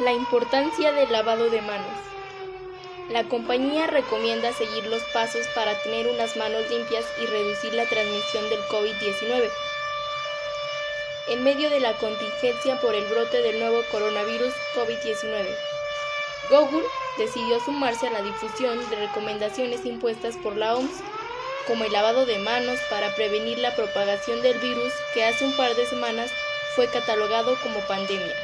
La importancia del lavado de manos. La compañía recomienda seguir los pasos para tener unas manos limpias y reducir la transmisión del COVID-19. En medio de la contingencia por el brote del nuevo coronavirus COVID-19, Google decidió sumarse a la difusión de recomendaciones impuestas por la OMS, como el lavado de manos para prevenir la propagación del virus que hace un par de semanas fue catalogado como pandemia.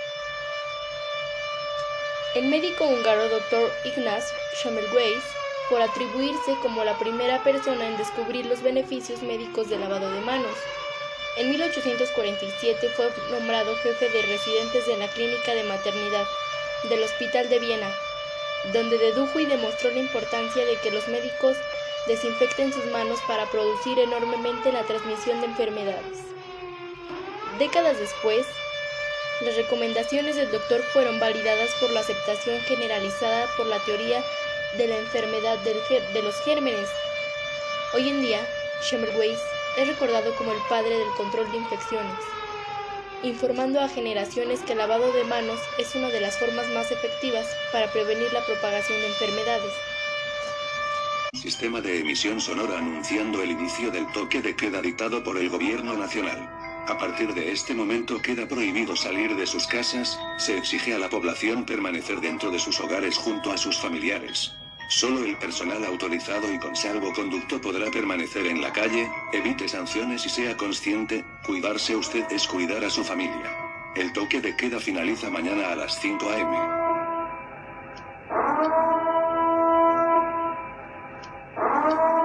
El médico húngaro Dr. Ignaz Semmelweis, por atribuirse como la primera persona en descubrir los beneficios médicos del lavado de manos. En 1847 fue nombrado jefe de residentes de la clínica de maternidad del Hospital de Viena, donde dedujo y demostró la importancia de que los médicos desinfecten sus manos para producir enormemente la transmisión de enfermedades. Décadas después, las recomendaciones del doctor fueron validadas por la aceptación generalizada por la teoría de la enfermedad de los gérmenes. Hoy en día, Semmelweis es recordado como el padre del control de infecciones, informando a generaciones que el lavado de manos es una de las formas más efectivas para prevenir la propagación de enfermedades. Sistema de emisión sonora anunciando el inicio del toque de queda dictado por el Gobierno Nacional. A partir de este momento queda prohibido salir de sus casas, se exige a la población permanecer dentro de sus hogares junto a sus familiares. Solo el personal autorizado y con salvoconducto podrá permanecer en la calle, evite sanciones y sea consciente, cuidarse usted es cuidar a su familia. El toque de queda finaliza mañana a las 5 am.